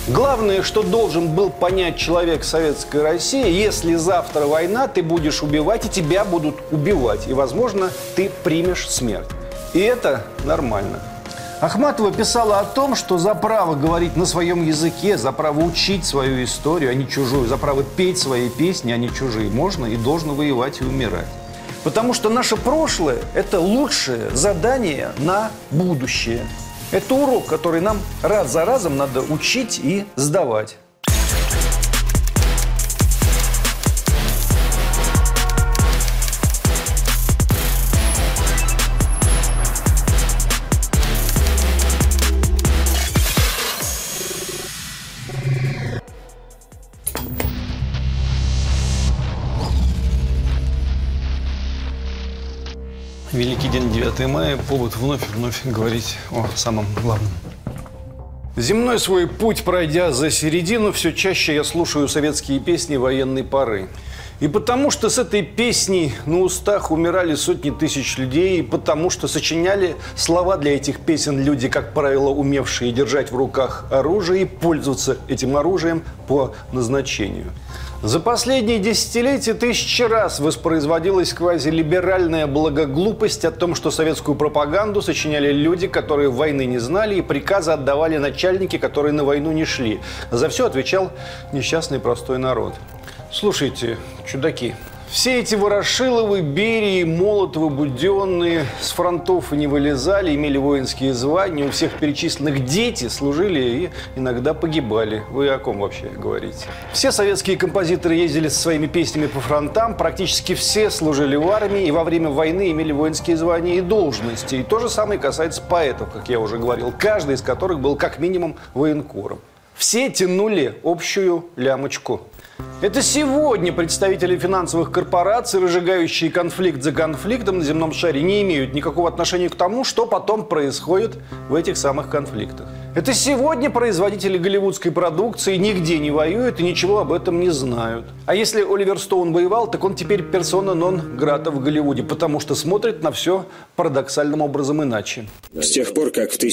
Главное, что должен был понять человек советской России: если завтра война, ты будешь убивать, и тебя будут убивать. И, возможно, ты примешь смерть. И это нормально. Ахматова писала о том, что за право говорить на своем языке, за право учить свою историю, а не чужую, за право петь свои песни, а не чужие, можно и должно воевать и умирать. Потому что наше прошлое – это лучшее задание на будущее. Это урок, который нам раз за разом надо учить и сдавать. Великий день 9 мая – повод вновь и вновь говорить о самом главном. Земной свой путь пройдя за середину, все чаще я слушаю советские песни военной поры. И потому что с этой песней на устах умирали сотни тысяч людей, и потому что сочиняли слова для этих песен люди, как правило, умевшие держать в руках оружие и пользоваться этим оружием по назначению. За последние десятилетия тысячи раз воспроизводилась квазилиберальная благоглупость о том, что советскую пропаганду сочиняли люди, которые войны не знали, и приказы отдавали начальники, которые на войну не шли. За все отвечал несчастный простой народ. Слушайте, чудаки, все эти Ворошиловы, Берии, Молотовы, Буденные с фронтов и не вылезали, имели воинские звания, у всех перечисленных дети служили и иногда погибали. Вы о ком вообще говорите? Все советские композиторы ездили со своими песнями по фронтам, практически все служили в армии и во время войны имели воинские звания и должности. И то же самое касается поэтов, как я уже говорил, каждый из которых был как минимум военкором. Все тянули общую лямочку. Это сегодня представители финансовых корпораций, разжигающие конфликт за конфликтом на земном шаре, не имеют никакого отношения к тому, что потом происходит в этих самых конфликтах. Это сегодня производители голливудской продукции нигде не воюют и ничего об этом не знают. А если Оливер Стоун воевал, так он теперь персона нон грата в Голливуде, потому что смотрит на все парадоксальным образом иначе. С тех пор, как в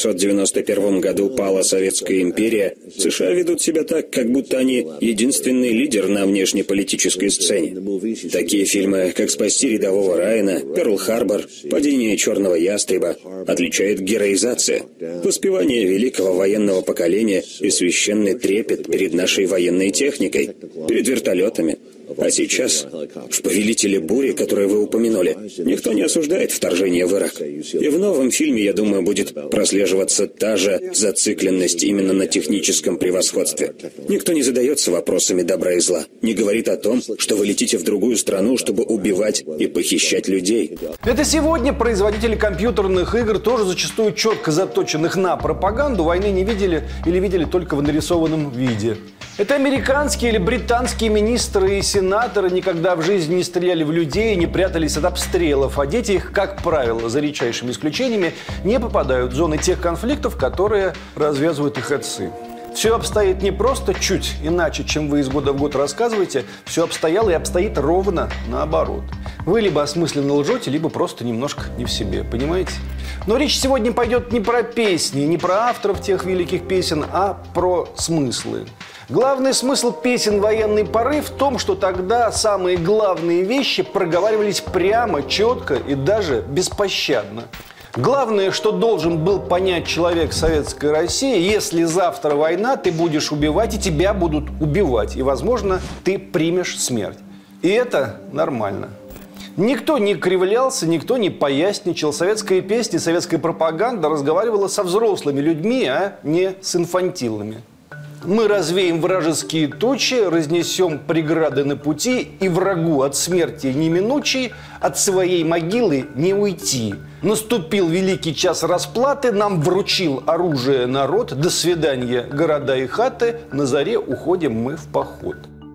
1991 году пала Советская империя, США ведут себя так, как будто они единственный лидер на внешнеполитической сцене. Такие фильмы, как «Спасти рядового Райана», «Перл-Харбор», «Падение черного ястреба» отличает героизация, воспевание великого военного поколения и священный трепет перед нашей военной техникой, перед вертолетами. А сейчас, в «Повелителе бури», который вы упомянули, никто не осуждает вторжение в Ирак. И в новом фильме, я думаю, будет прослеживаться та же зацикленность именно на техническом превосходстве. Никто не задается вопросами добра и зла, не говорит о том, что вы летите в другую страну, чтобы убивать и похищать людей. Это сегодня производители компьютерных игр, тоже зачастую четко заточенных на пропаганду, войны не видели или видели только в нарисованном виде. Это американские или британские министры и сенаторы никогда в жизни не стреляли в людей, не прятались от обстрелов, а дети их, как правило, за редчайшими исключениями, не попадают в зоны тех конфликтов, которые развязывают их отцы. Все обстоит не просто чуть иначе, чем вы из года в год рассказываете, все обстояло и обстоит ровно наоборот. Вы либо осмысленно лжете, либо просто немножко не в себе, понимаете? Но речь сегодня пойдет не про песни, не про авторов тех великих песен, а про смыслы. Главный смысл песен военной поры в том, что тогда самые главные вещи проговаривались прямо, четко и даже беспощадно. Главное, что должен был понять человек советской России: если завтра война, ты будешь убивать, и тебя будут убивать. И, возможно, ты примешь смерть. И это нормально. Никто не кривлялся, никто не поясничал. Советская песня, советская пропаганда разговаривала со взрослыми людьми, а не с инфантилами. Мы развеем вражеские тучи, разнесем преграды на пути, и врагу от смерти неминучей от своей могилы не уйти. Наступил великий час расплаты, нам вручил оружие народ. До свидания, города и хаты, на заре уходим мы в поход.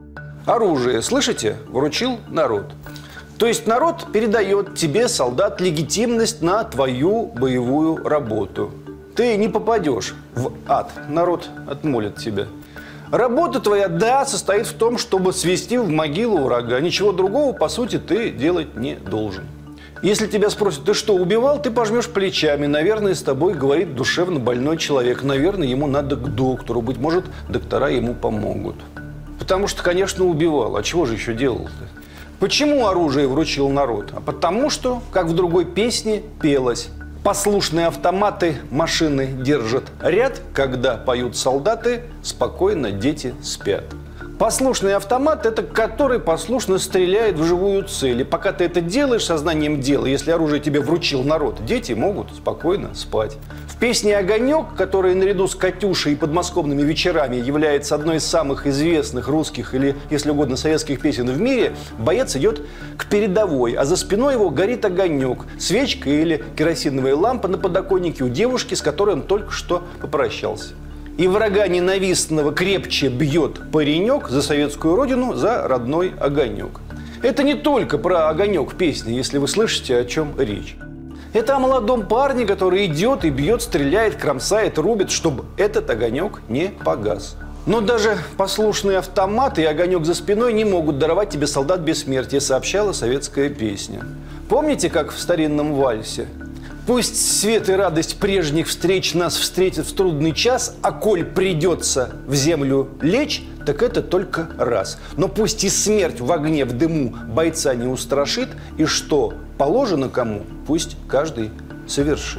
Оружие, слышите, вручил народ. То есть народ передает тебе, солдат, легитимность на твою боевую работу. Ты не попадешь в ад, народ отмолит тебя. Работа твоя, да, состоит в том, чтобы свести в могилу врага. Ничего другого, по сути, ты делать не должен. Если тебя спросят, ты что, убивал, ты пожмешь плечами. Наверное, с тобой говорит душевно больной человек. Наверное, ему надо к доктору. Быть может, доктора ему помогут. Потому что, конечно, убивал. А чего же еще делал-то? Почему оружие вручил народ? А потому что, как в другой песне пелось, послушные автоматы машины держат ряд, когда поют солдаты, спокойно дети спят. Послушный автомат – это который послушно стреляет в живую цель. И пока ты это делаешь сознанием дела, если оружие тебе вручил народ, дети могут спокойно спать. В песне «Огонек», которая наряду с «Катюшей» и «Подмосковными вечерами» является одной из самых известных русских или, если угодно, советских песен в мире, боец идет к передовой, а за спиной его горит огонек, свечка или керосиновая лампа на подоконнике у девушки, с которой он только что попрощался. И врага ненавистного крепче бьет паренек за советскую родину, за родной огонек. Это не только про огонек песни, если вы слышите, о чем речь. Это о молодом парне, который идет и бьет, стреляет, кромсает, рубит, чтобы этот огонек не погас. Но даже послушные автоматы и огонек за спиной не могут даровать тебе солдат бессмертия, сообщала советская песня. Помните, как в старинном вальсе? Пусть свет и радость прежних встреч нас встретят в трудный час, а коль придется в землю лечь, так это только раз. Но пусть и смерть в огне, в дыму бойца не устрашит, и что положено кому, пусть каждый совершит.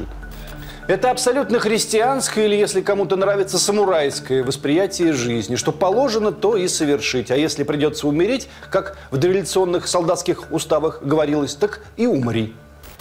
Это абсолютно христианское или, если кому-то нравится, самурайское восприятие жизни. Что положено, то и совершить. А если придется умереть, как в дореволюционных солдатских уставах говорилось, так и умри.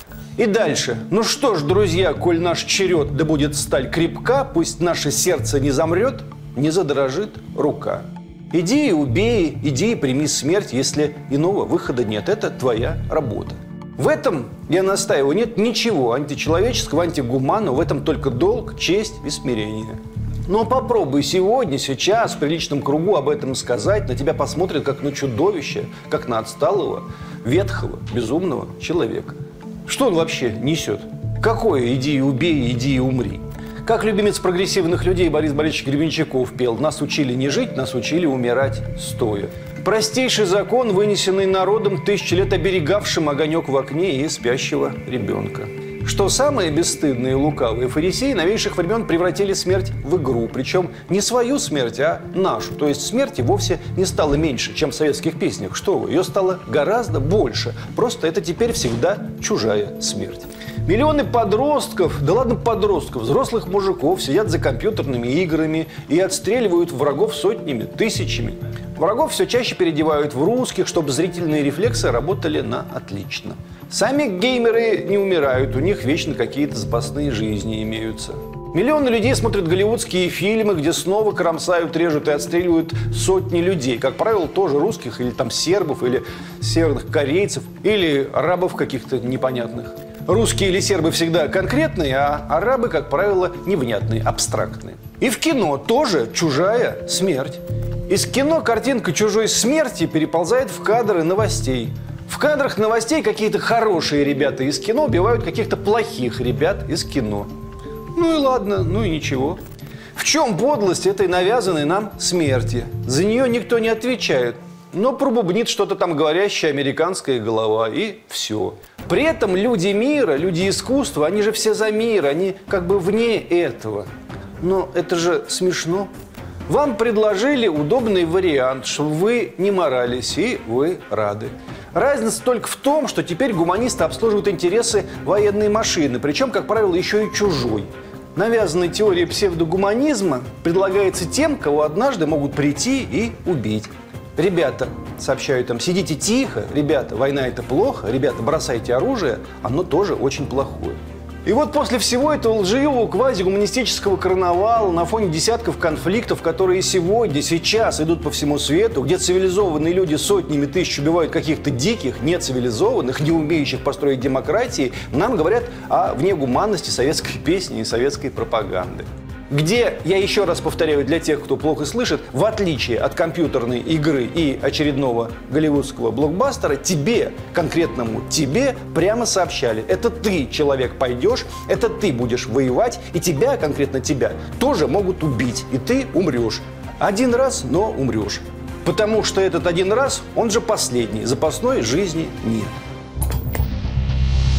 И дальше. Ну что ж, друзья, коль наш черед, да будет сталь крепка, пусть наше сердце не замрет, не задрожит рука. Иди и убей, иди и прими смерть, если иного выхода нет. Это твоя работа. В этом, я настаиваю, нет ничего античеловеческого, антигуманного, в этом только долг, честь и смирение. Но попробуй сегодня, сейчас, в приличном кругу об этом сказать, на тебя посмотрят как на чудовище, как на отсталого, ветхого, безумного человека. Что он вообще несет? Какое «иди и убей, иди и умри»? Как любимец прогрессивных людей Борис Борисович Гребенщиков пел: «Нас учили не жить, нас учили умирать стоя». Простейший закон, вынесенный народом, тысячи лет оберегавшим огонек в окне и спящего ребенка. Что самые бесстыдные и лукавые, фарисеи новейших времен превратили смерть в игру. Причем не свою смерть, а нашу. То есть смерти вовсе не стало меньше, чем в советских песнях. Что вы, ее стало гораздо больше. Просто это теперь всегда чужая смерть. Миллионы подростков, да ладно подростков, взрослых мужиков сидят за компьютерными играми и отстреливают врагов сотнями, тысячами. Врагов все чаще переодевают в русских, чтобы зрительные рефлексы работали на отлично. Сами геймеры не умирают, у них вечно какие-то запасные жизни имеются. Миллионы людей смотрят голливудские фильмы, где снова кромсают, режут и отстреливают сотни людей. Как правило, тоже русских, или там сербов, или северных корейцев, или арабов каких-то непонятных. Русские или сербы всегда конкретные, а арабы, как правило, невнятные, абстрактные. И в кино тоже чужая смерть. Из кино картинка чужой смерти переползает в кадры новостей. В кадрах новостей какие-то хорошие ребята из кино убивают каких-то плохих ребят из кино. Ну и ладно, ну и ничего. В чем подлость этой навязанной нам смерти? За нее никто не отвечает, но пробубнит что-то там говорящая американская голова, и все. При этом люди мира, люди искусства, они же все за мир, они как бы вне этого. Но это же смешно. Вам предложили удобный вариант, чтобы вы не морались, и вы рады. Разница только в том, что теперь гуманисты обслуживают интересы военной машины, причем, как правило, еще и чужой. Навязанная теория псевдогуманизма предлагается тем, кого однажды могут прийти и убить. Ребята, сообщают им, сидите тихо, ребята, война это плохо, ребята, бросайте оружие, оно тоже очень плохое. И вот после всего этого лживого квазигуманистического карнавала на фоне десятков конфликтов, которые сегодня, сейчас идут по всему свету, где цивилизованные люди сотнями тысяч убивают каких-то диких, нецивилизованных, не умеющих построить демократии, нам говорят о внегуманности советской песни и советской пропаганды. Где, я еще раз повторяю для тех, кто плохо слышит, в отличие от компьютерной игры и очередного голливудского блокбастера, тебе, конкретному тебе, прямо сообщали: это ты, человек, пойдешь, это ты будешь воевать, и тебя, конкретно тебя, тоже могут убить, и ты умрешь. Один раз, но умрешь. Потому что этот один раз, он же последний, запасной жизни нет.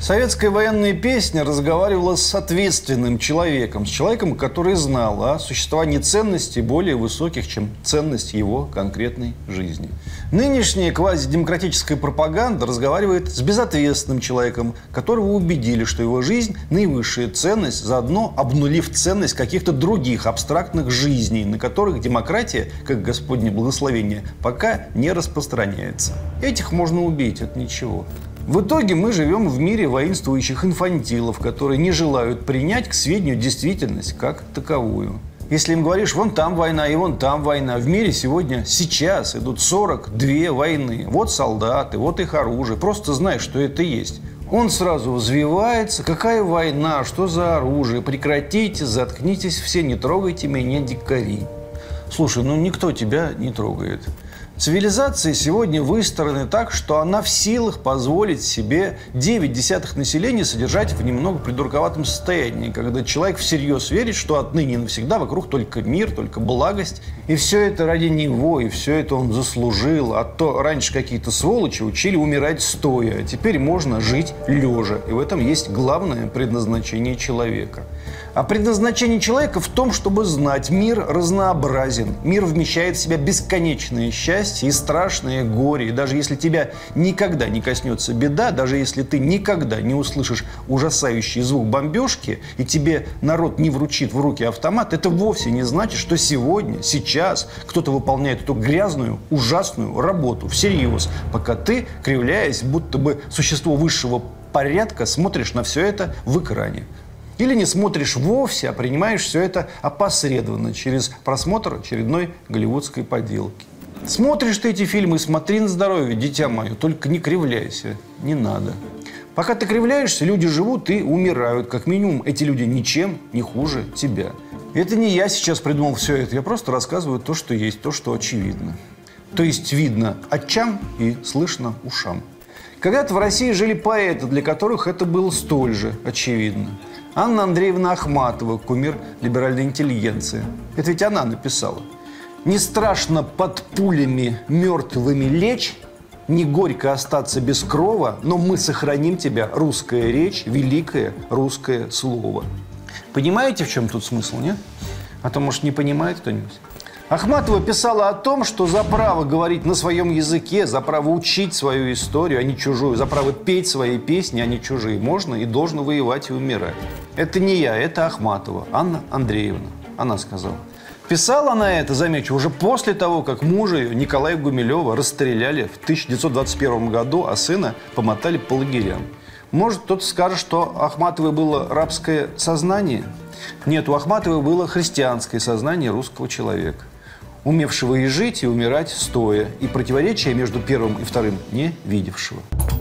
Советская военная песня разговаривала с ответственным человеком, с человеком, который знал о существовании ценностей более высоких, чем ценность его конкретной жизни. Нынешняя квазидемократическая пропаганда разговаривает с безответственным человеком, которого убедили, что его жизнь – наивысшая ценность, заодно обнулив ценность каких-то других абстрактных жизней, на которых демократия, как Господне благословение, пока не распространяется. Этих можно убить, это ничего. В итоге мы живем в мире воинствующих инфантилов, которые не желают принять к сведению действительность как таковую. Если им говоришь, вон там война и вон там война, в мире сегодня, сейчас идут 42 войны. Вот солдаты, вот их оружие. Просто знай, что это есть. Он сразу взвивается. Какая война? Что за оружие? Прекратите, заткнитесь все, не трогайте меня, дикари. Слушай, ну никто тебя не трогает. Цивилизация сегодня выстроена так, что она в силах позволить себе 9/10 населения содержать в немного придурковатом состоянии, когда человек всерьез верит, что отныне и навсегда вокруг только мир, только благость. И все это ради него, и все это он заслужил. А то раньше какие-то сволочи учили умирать стоя, а теперь можно жить лежа. И в этом есть главное предназначение человека. А предназначение человека в том, чтобы знать, мир разнообразен. Мир вмещает в себя бесконечное счастье и страшное горе. И даже если тебя никогда не коснется беда, даже если ты никогда не услышишь ужасающий звук бомбежки, и тебе народ не вручит в руки автомат, это вовсе не значит, что сегодня, сейчас кто-то выполняет эту грязную, ужасную работу всерьез, пока ты, кривляясь, будто бы существо высшего порядка, смотришь на все это в экране. Или не смотришь вовсе, а принимаешь все это опосредованно через просмотр очередной голливудской поделки. Смотришь ты эти фильмы, смотри на здоровье, дитя мое, только не кривляйся, не надо. Пока ты кривляешься, люди живут и умирают. Как минимум, эти люди ничем не хуже тебя. И это не я сейчас придумал все это, я просто рассказываю то, что есть, то, что очевидно. То есть видно очам и слышно ушам. Когда-то в России жили поэты, для которых это было столь же очевидно. Анна Андреевна Ахматова, кумир либеральной интеллигенции. Это ведь она написала. «Не страшно под пулями мертвыми лечь, не горько остаться без крова, но мы сохраним тебя, русская речь, великое русское слово». Понимаете, в чем тут смысл, нет? А то, может, не понимает кто-нибудь? Ахматова писала о том, что за право говорить на своем языке, за право учить свою историю, а не чужую, за право петь свои песни, а не чужие, можно и должно воевать и умирать. Это не я, это Ахматова, Анна Андреевна. Она сказала. Писала она это, замечу, уже после того, как мужа ее, Николая Гумилева, расстреляли в 1921 году, а сына помотали по лагерям. Может, кто-то скажет, что у Ахматовой было рабское сознание? Нет, у Ахматовой было христианское сознание русского человека, умевшего и жить, и умирать стоя, и противоречия между первым и вторым не видевшего.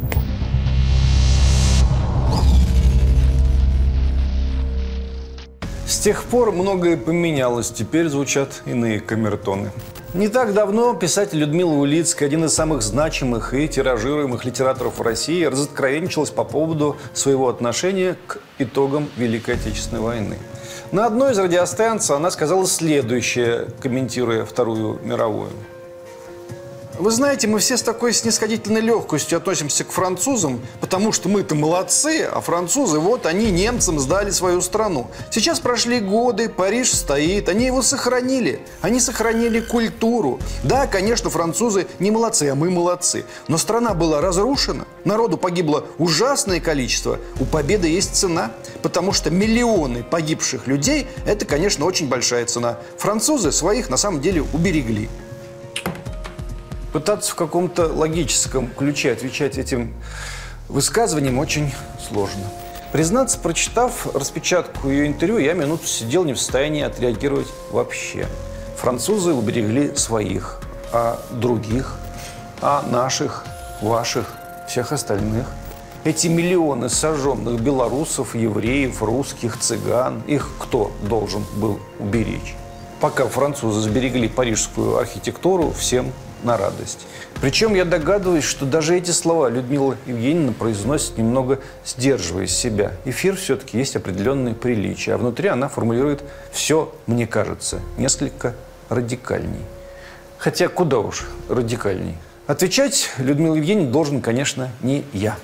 С тех пор многое поменялось, теперь звучат иные камертоны. Не так давно писатель Людмила Улицкая, один из самых значимых и тиражируемых литераторов в России, разоткровенничалась по поводу своего отношения к итогам Великой Отечественной войны. На одной из радиостанций она сказала следующее, комментируя Вторую мировую. Вы знаете, мы все с такой снисходительной легкостью относимся к французам, потому что мы-то молодцы, а французы, вот они немцам сдали свою страну. Сейчас прошли годы, Париж стоит, они его сохранили. Они сохранили культуру. Да, конечно, французы не молодцы, а мы молодцы. Но страна была разрушена, народу погибло ужасное количество. У победы есть цена, потому что миллионы погибших людей – это, конечно, очень большая цена. Французы своих на самом деле уберегли. Пытаться в каком-то логическом ключе отвечать этим высказываниям очень сложно. Признаться, прочитав распечатку ее интервью, я минуту сидел не в состоянии отреагировать вообще. Французы уберегли своих, а других, а наших, ваших, всех остальных. Эти миллионы сожженных белорусов, евреев, русских, цыган, их кто должен был уберечь? Пока французы сберегли парижскую архитектуру, всем на радость. Причем я догадываюсь, что даже эти слова Людмила Евгеньевна произносит немного сдерживая себя. Эфир все-таки есть определенные приличия, а внутри она формулирует все, мне кажется, несколько радикальней. Хотя куда уж радикальней. Отвечать Людмила Евгеньевна должен, конечно, не я.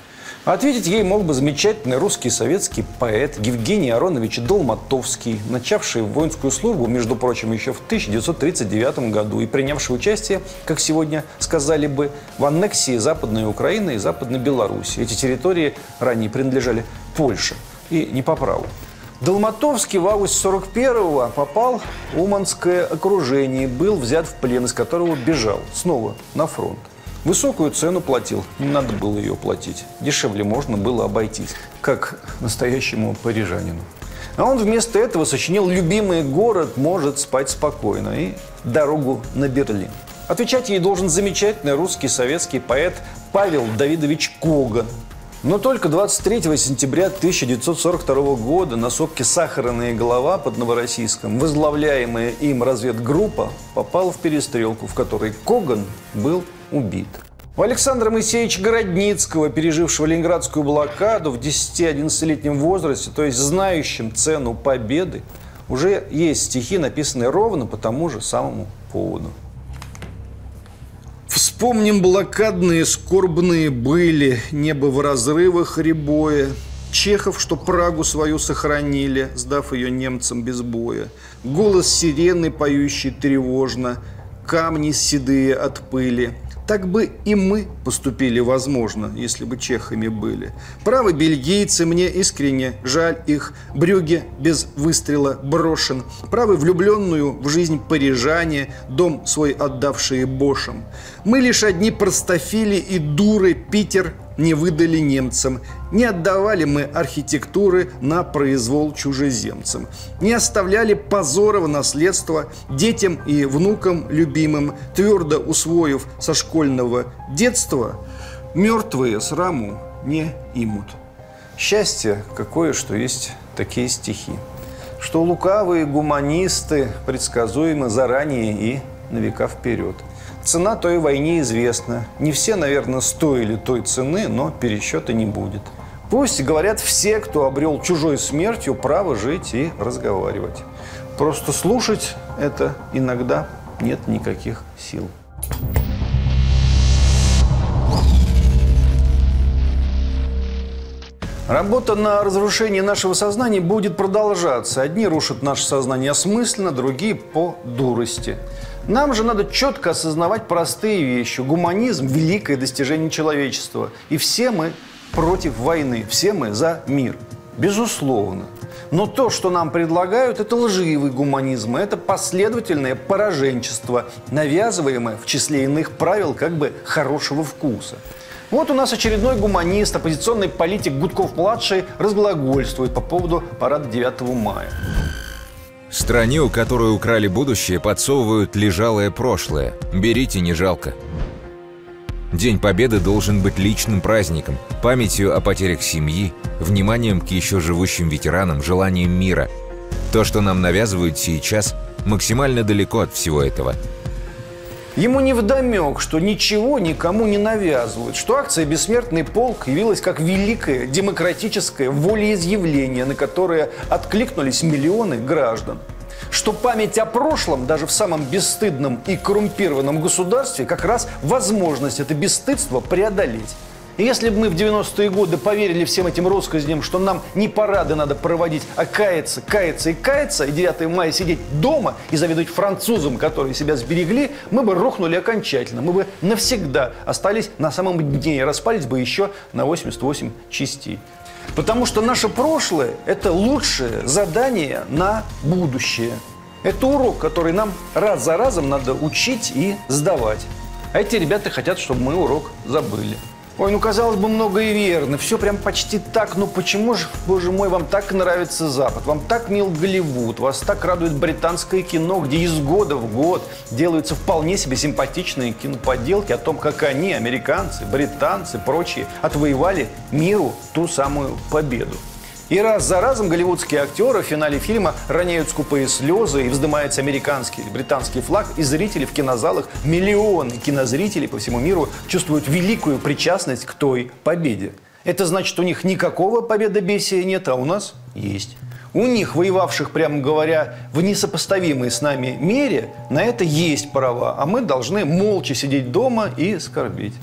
Ответить ей мог бы замечательный русский советский поэт Евгений Аронович Долматовский, начавший воинскую службу, между прочим, еще в 1939 году и принявший участие, как сегодня сказали бы, в аннексии Западной Украины и Западной Белоруссии. Эти территории ранее принадлежали Польше, и не по праву. Долматовский в августе 41-го попал в Уманское окружение, был взят в плен, из которого бежал снова на фронт. Высокую цену платил, не надо было ее платить. Дешевле можно было обойтись, как настоящему парижанину. А он вместо этого сочинил «Любимый город может спать спокойно» и «Дорогу на Берлин». Отвечать ей должен замечательный русский советский поэт Павел Давидович Коган. Но только 23 сентября 1942 года на сопке «Сахарная голова» под Новороссийском возглавляемая им разведгруппа попала в перестрелку, в которой Коган был убит. У Александра Моисеевича Городницкого, пережившего ленинградскую блокаду в 10-11-летнем возрасте, то есть знающим цену победы, уже есть стихи, написанные ровно по тому же самому поводу. Вспомним блокадные, скорбные были, небо в разрывах рябое, чехов, что Прагу свою сохранили, сдав ее немцам без боя, голос сирены, поющий тревожно, камни седые от пыли. Так бы и мы поступили, возможно, если бы чехами были. Правы бельгийцы, мне искренне жаль их. Брюгге без выстрела брошен. Правы влюбленную в жизнь парижане, дом свой отдавшие бошам. Мы лишь одни простофили и дуры, Питер не выдали немцам. Не отдавали мы архитектуры на произвол чужеземцам. Не оставляли позора в наследство детям и внукам любимым, твердо усвоив со школьного детства, мертвые сраму не имут. Счастье какое, что есть такие стихи, что лукавые гуманисты предсказуемы заранее и на века вперед. Цена той войне известна. Не все, наверное, стоили той цены, но пересчета не будет. Пусть говорят все, кто обрел чужой смертью право жить и разговаривать. Просто слушать это иногда нет никаких сил. Работа на разрушение нашего сознания будет продолжаться. Одни рушат наше сознание осмысленно, другие по дурости. Нам же надо четко осознавать простые вещи. Гуманизм – великое достижение человечества. И все мы против войны, все мы за мир. Безусловно. Но то, что нам предлагают, это лживый гуманизм, это последовательное пораженчество, навязываемое в числе иных правил как бы хорошего вкуса. Вот у нас очередной гуманист, оппозиционный политик Гудков-младший разглагольствует по поводу парада 9 мая. Стране, у которой украли будущее, подсовывают лежалое прошлое. Берите, не жалко. День Победы должен быть личным праздником, памятью о потерях семьи, вниманием к еще живущим ветеранам, желанием мира. То, что нам навязывают сейчас, максимально далеко от всего этого. Ему невдомек, что ничего никому не навязывают, что акция «Бессмертный полк» явилась как великое демократическое волеизъявление, на которое откликнулись миллионы граждан. Что память о прошлом, даже в самом бесстыдном и коррумпированном государстве, как раз возможность это бесстыдство преодолеть. И если бы мы в 90-е годы поверили всем этим россказням, что нам не парады надо проводить, а каяться, каяться и каяться, и 9 мая сидеть дома и завидовать французам, которые себя сберегли, мы бы рухнули окончательно. Мы бы навсегда остались на самом дне и распались бы еще на 88 частей. Потому что наше прошлое – это лучшее задание на будущее. Это урок, который нам раз за разом надо учить и сдавать. А эти ребята хотят, чтобы мы урок забыли. Ой, ну, казалось бы, много и верно. Все прям почти так. Но почему же, боже мой, вам так нравится Запад? Вам так мил Голливуд? Вас так радует британское кино, где из года в год делаются вполне себе симпатичные киноподелки о том, как они, американцы, британцы, прочие, отвоевали миру ту самую победу. И раз за разом голливудские актеры в финале фильма роняют скупые слезы, и вздымается американский или британский флаг, и зрители в кинозалах, миллионы кинозрителей по всему миру чувствуют великую причастность к той победе. Это значит, у них никакого победобесия нет, а у нас есть. У них, воевавших, прямо говоря, в несопоставимой с нами мере, на это есть права, а мы должны молча сидеть дома и скорбеть.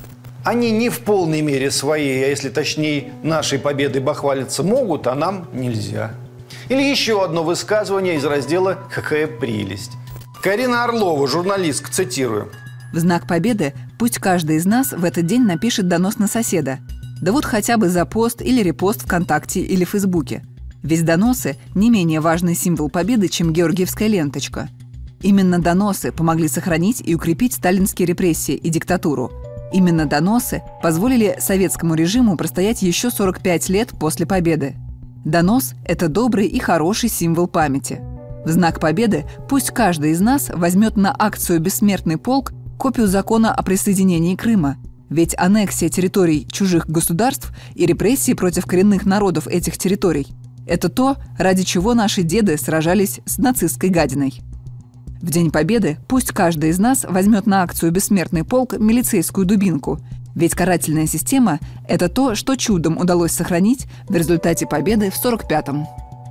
Они не в полной мере своей, а если точнее нашей победой бахвалиться могут, а нам нельзя. Или еще одно высказывание из раздела «Какая прелесть». Карина Орлова, журналистка, цитирую. В знак победы пусть каждый из нас в этот день напишет донос на соседа. Да вот хотя бы за пост или репост ВКонтакте или Фейсбуке. Ведь доносы – не менее важный символ победы, чем георгиевская ленточка. Именно доносы помогли сохранить и укрепить сталинские репрессии и диктатуру. Именно доносы позволили советскому режиму простоять еще 45 лет после победы. Донос – это добрый и хороший символ памяти. В знак победы пусть каждый из нас возьмет на акцию «Бессмертный полк» копию закона о присоединении Крыма. Ведь аннексия территорий чужих государств и репрессии против коренных народов этих территорий – это то, ради чего наши деды сражались с нацистской гадиной. В День Победы пусть каждый из нас возьмет на акцию «Бессмертный полк» милицейскую дубинку. Ведь карательная система – это то, что чудом удалось сохранить в результате победы в 45-м.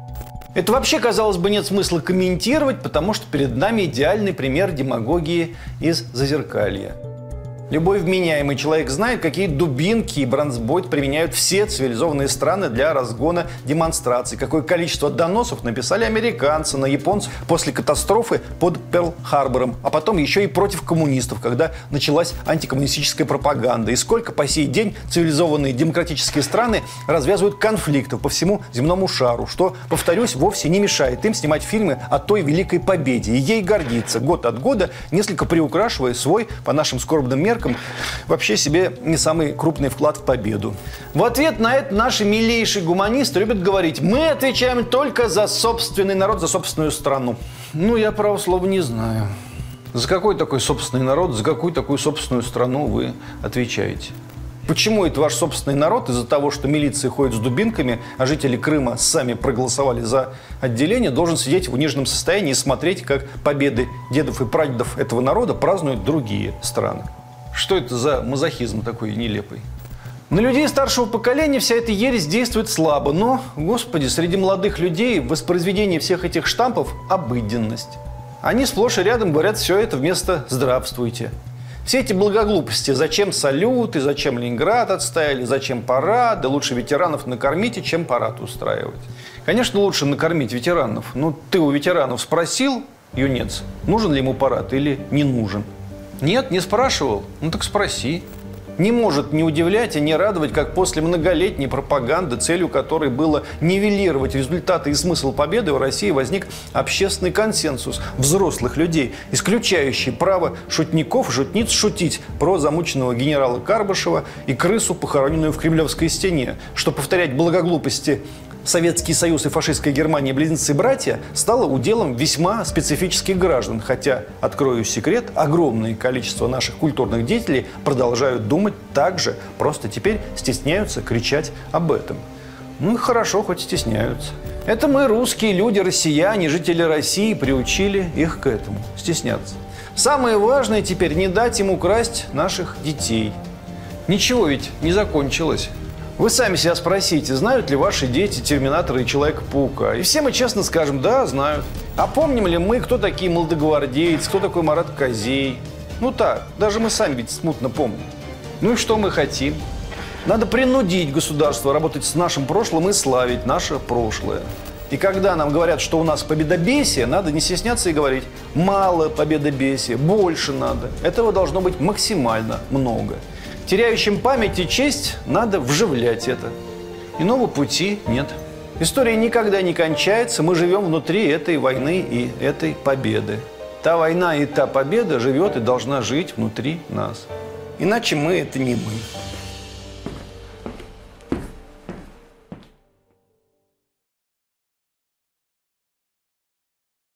Это вообще, казалось бы, нет смысла комментировать, потому что перед нами идеальный пример демагогии из Зазеркалья. Любой вменяемый человек знает, какие дубинки и бронзбойт применяют все цивилизованные страны для разгона демонстраций. Какое количество доносов написали американцы на японцев после катастрофы под Перл-Харбором. А потом еще и против коммунистов, когда началась антикоммунистическая пропаганда. И сколько по сей день цивилизованные демократические страны развязывают конфликтов по всему земному шару. Что, повторюсь, вовсе не мешает им снимать фильмы о той великой победе. И ей гордиться год от года, несколько приукрашивая свой, по нашим скорбным меркам, вообще себе не самый крупный вклад в победу. В ответ на это наши милейшие гуманисты любят говорить: мы отвечаем только за собственный народ, за собственную страну. Ну, я, право слова, не знаю. За какой такой собственный народ, за какую такую собственную страну вы отвечаете? Почему это ваш собственный народ из-за того, что милиция ходит с дубинками, а жители Крыма сами проголосовали за отделение, должен сидеть в униженном состоянии и смотреть, как победы дедов и прадедов этого народа празднуют другие страны? Что это за мазохизм такой нелепый? На людей старшего поколения вся эта ересь действует слабо, но, господи, среди молодых людей воспроизведение всех этих штампов – обыденность. Они сплошь и рядом говорят все это вместо «здравствуйте». Все эти благоглупости: зачем салюты, зачем Ленинград отстояли, зачем парады, лучше ветеранов накормите, чем парад устраивать. Конечно, лучше накормить ветеранов. Но ты у ветеранов спросил, юнец, нужен ли ему парад или не нужен? Нет, не спрашивал? Ну так спроси. Не может не удивлять и не радовать, как после многолетней пропаганды, целью которой было нивелировать результаты и смысл победы, в России возник общественный консенсус взрослых людей, исключающий право шутников и шутниц шутить про замученного генерала Карбышева и крысу, похороненную в Кремлевской стене, что повторять благоглупости Советский Союз и фашистская Германия, близнецы-братья, стало уделом весьма специфических граждан. Хотя, открою секрет, огромное количество наших культурных деятелей продолжают думать так же, просто теперь стесняются кричать об этом. Ну и хорошо, хоть стесняются. Это мы, русские люди, россияне, жители России, приучили их к этому, стесняться. Самое важное теперь не дать им украсть наших детей. Ничего ведь не закончилось. Вы сами себя спросите, знают ли ваши дети Терминатора и Человека-паука? И все мы честно скажем: да, знают. А помним ли мы, кто такие молодогвардейцы, кто такой Марат Козей? Ну так, даже мы сами ведь смутно помним. Ну и что мы хотим? Надо принудить государство работать с нашим прошлым и славить наше прошлое. И когда нам говорят, что у нас победобесие, надо не стесняться и говорить: мало победобесия, больше надо. Этого должно быть максимально много. Теряющим память и честь надо вживлять это. Иного пути нет. История никогда не кончается, мы живем внутри этой войны и этой победы. Та война и та победа живет и должна жить внутри нас. Иначе мы – это не мы.